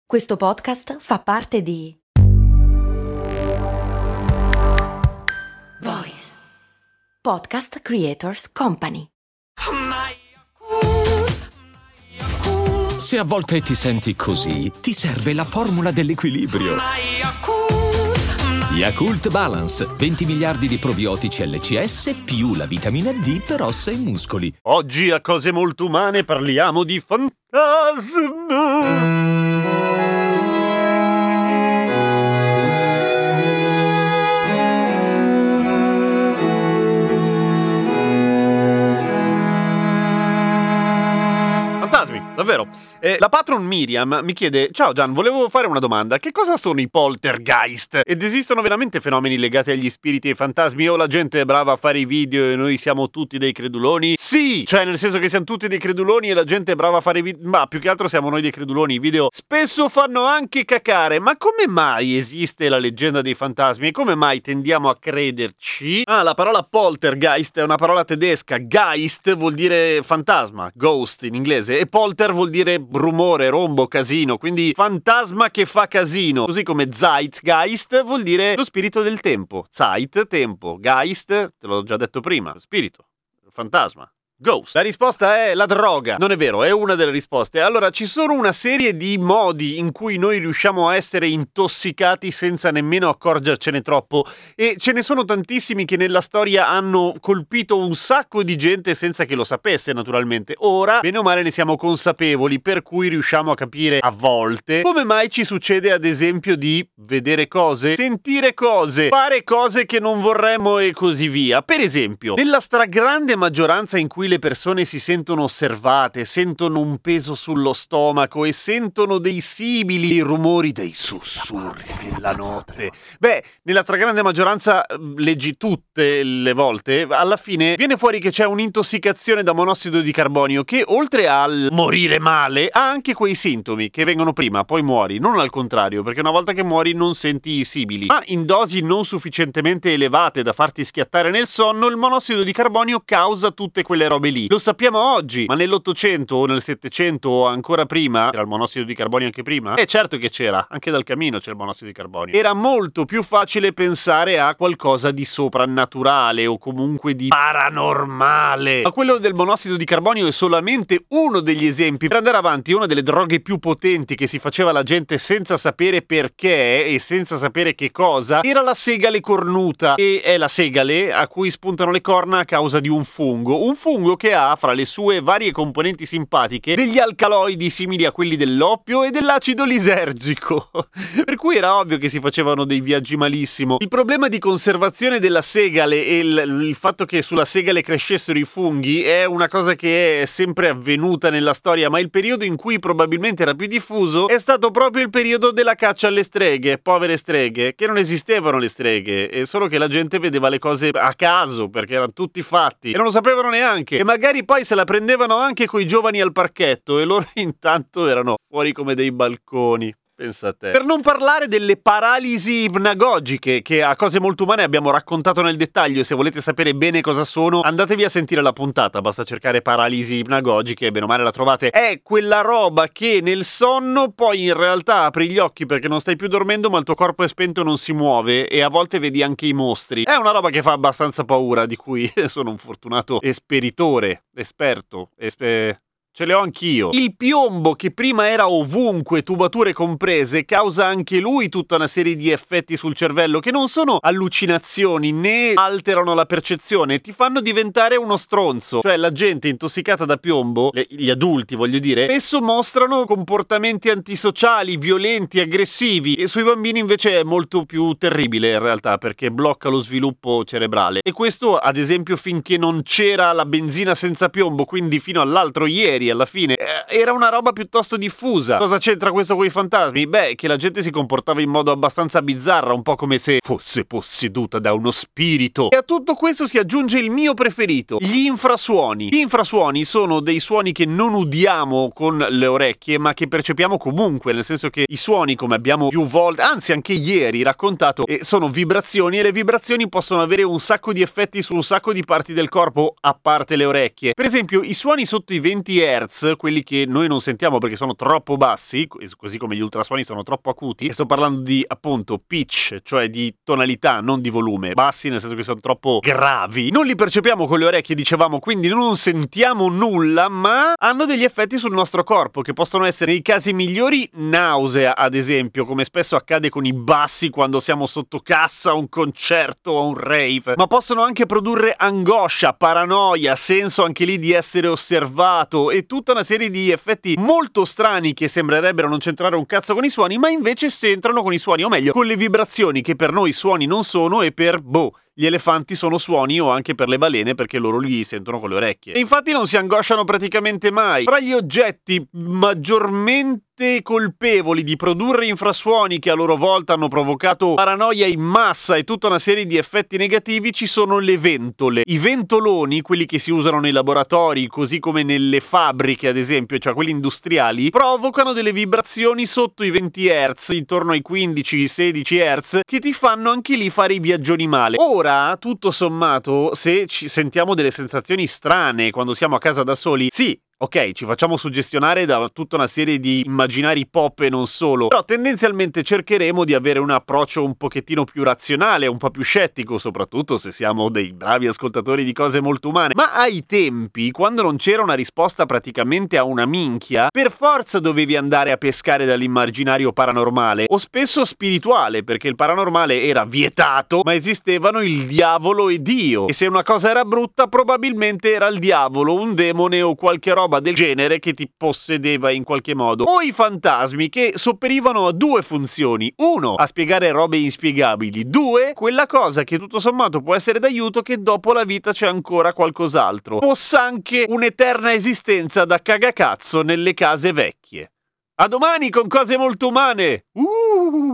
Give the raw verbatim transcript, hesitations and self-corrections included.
Questo podcast fa parte di Voice Podcast Creators Company. Se a volte ti senti così, ti serve la formula dell'equilibrio. Yakult Balance, venti miliardi di probiotici L C S più la vitamina D per ossa e muscoli. Oggi a Cose Molto Umane parliamo di fantasma. Fantasmi, davvero. Eh, la patron Miriam mi chiede: ciao Gian, volevo fare una domanda. Che cosa sono i poltergeist? Ed esistono veramente fenomeni legati agli spiriti e ai fantasmi? O la gente è brava a fare i video e noi siamo tutti dei creduloni? Sì! Cioè, nel senso che siamo tutti dei creduloni e la gente è brava a fare i video. Ma più che altro siamo noi dei creduloni. I video spesso fanno anche cacare. Ma come mai esiste la leggenda dei fantasmi? E come mai tendiamo a crederci? Ah, la parola poltergeist è una parola tedesca. Geist vuol dire fantasma, ghost in inglese, e polter vuol dire rumore, rombo, casino, quindi fantasma che fa casino, così come Zeitgeist vuol dire lo spirito del tempo. Zeit, tempo, Geist, te l'ho già detto prima, spirito, fantasma. Ghost. La risposta è la droga. Non è vero, è una delle risposte. Allora, ci sono una serie di modi in cui noi riusciamo a essere intossicati senza nemmeno accorgercene troppo, e ce ne sono tantissimi che nella storia hanno colpito un sacco di gente senza che lo sapesse, naturalmente. Ora, bene o male, ne siamo consapevoli, per cui riusciamo a capire a volte come mai ci succede, ad esempio, di vedere cose, sentire cose, fare cose che non vorremmo e così via. Per esempio, nella stragrande maggioranza in cui le persone si sentono osservate, sentono un peso sullo stomaco e sentono dei sibili, i rumori dei sussurri nella notte. Beh, nella stragrande maggioranza, leggi tutte le volte, alla fine viene fuori che c'è un'intossicazione da monossido di carbonio che, oltre al morire male, ha anche quei sintomi che vengono prima, poi muori, non al contrario, perché una volta che muori non senti i sibili. Ma in dosi non sufficientemente elevate da farti schiattare nel sonno, il monossido di carbonio causa tutte quelle robe lì. Lo sappiamo oggi, ma nell'Ottocento o nel Settecento o ancora prima c'era il monossido di carbonio anche prima? Eh certo che c'era, anche dal camino c'è il monossido di carbonio. Era molto più facile pensare a qualcosa di soprannaturale o comunque di paranormale. Ma quello del monossido di carbonio è solamente uno degli esempi. Per andare avanti, una delle droghe più potenti che si faceva la gente senza sapere perché e senza sapere che cosa era la segale cornuta, e è la segale a cui spuntano le corna a causa di un fungo. Un fungo che ha fra le sue varie componenti simpatiche degli alcaloidi simili a quelli dell'oppio e dell'acido lisergico, per cui era ovvio che si facevano dei viaggi malissimo. Il problema di conservazione della segale e il, il fatto che sulla segale crescessero i funghi è una cosa che è sempre avvenuta nella storia, ma il periodo in cui probabilmente era più diffuso è stato proprio il periodo della caccia alle streghe, povere streghe, che non esistevano le streghe, e solo che la gente vedeva le cose a caso perché erano tutti fatti e non lo sapevano neanche. E magari poi se la prendevano anche coi giovani al parchetto e loro intanto erano fuori come dei balconi. Pensa a te. Per non parlare delle paralisi ipnagogiche, che a Cose Molto Umane abbiamo raccontato nel dettaglio, e se volete sapere bene cosa sono andatevi a sentire la puntata, basta cercare paralisi ipnagogiche e bene o male la trovate. È quella roba che nel sonno poi in realtà apri gli occhi perché non stai più dormendo, ma il tuo corpo è spento e non si muove, e a volte vedi anche i mostri. È una roba che fa abbastanza paura, di cui sono un fortunato esperitore, esperto, espe... ce le ho anch'io. Il piombo, che prima era ovunque, tubature comprese, causa anche lui tutta una serie di effetti sul cervello che non sono allucinazioni né alterano la percezione, ti fanno diventare uno stronzo. Cioè, la gente intossicata da piombo, le, gli adulti voglio dire, spesso mostrano comportamenti antisociali, violenti, aggressivi, e sui bambini invece è molto più terribile in realtà, perché blocca lo sviluppo cerebrale. E questo, ad esempio, finché non c'era la benzina senza piombo, quindi fino all'altro ieri, alla fine era una roba piuttosto diffusa. Cosa c'entra questo con i fantasmi? Beh, che la gente si comportava in modo abbastanza bizzarra, un po' come se fosse posseduta da uno spirito. E a tutto questo si aggiunge il mio preferito, gli infrasuoni. Gli infrasuoni sono dei suoni che non udiamo con le orecchie, ma che percepiamo comunque, nel senso che i suoni, come abbiamo più volte, anzi anche ieri raccontato, eh, sono vibrazioni, e le vibrazioni possono avere un sacco di effetti su un sacco di parti del corpo, a parte le orecchie. Per esempio, i suoni sotto i venti hertz, quelli che noi non sentiamo perché sono troppo bassi, così come gli ultrasuoni sono troppo acuti, e sto parlando di appunto pitch, cioè di tonalità, non di volume, bassi nel senso che sono troppo gravi, non li percepiamo con le orecchie, dicevamo, quindi non sentiamo nulla, ma hanno degli effetti sul nostro corpo che possono essere, nei casi migliori, nausea, ad esempio, come spesso accade con i bassi quando siamo sotto cassa a un concerto o a un rave, ma possono anche produrre angoscia, paranoia, senso anche lì di essere osservato e tutta una serie di effetti molto strani che sembrerebbero non c'entrare un cazzo con i suoni, ma invece c'entrano con i suoni, o meglio, con le vibrazioni che per noi suoni non sono e per, boh, gli elefanti sono suoni, o anche per le balene perché loro li sentono con le orecchie. E infatti non si angosciano praticamente mai. Tra gli oggetti maggiormente colpevoli di produrre infrasuoni che a loro volta hanno provocato paranoia in massa e tutta una serie di effetti negativi ci sono le ventole. I ventoloni, quelli che si usano nei laboratori così come nelle fabbriche ad esempio, cioè quelli industriali, provocano delle vibrazioni sotto i venti hertz, intorno ai quindici sedici hertz, che ti fanno anche lì fare i viaggioni male. Ora, tutto sommato, se ci sentiamo delle sensazioni strane quando siamo a casa da soli, sì, ok, ci facciamo suggestionare da tutta una serie di immaginari pop e non solo, però tendenzialmente cercheremo di avere un approccio un pochettino più razionale, un po' più scettico, soprattutto se siamo dei bravi ascoltatori di cose molto umane. Ma ai tempi, quando non c'era una risposta praticamente a una minchia, per forza dovevi andare a pescare dall'immaginario paranormale, o spesso spirituale, perché il paranormale era vietato, ma esistevano il diavolo e Dio, e se una cosa era brutta probabilmente era il diavolo, un demone o qualche roba del genere che ti possedeva in qualche modo, o i fantasmi che sopperivano a due funzioni: uno, a spiegare robe inspiegabili; due, quella cosa che tutto sommato può essere d'aiuto, che dopo la vita c'è ancora qualcos'altro, fosse anche un'eterna esistenza da cagacazzo nelle case vecchie. A domani con cose molto umane! Uh!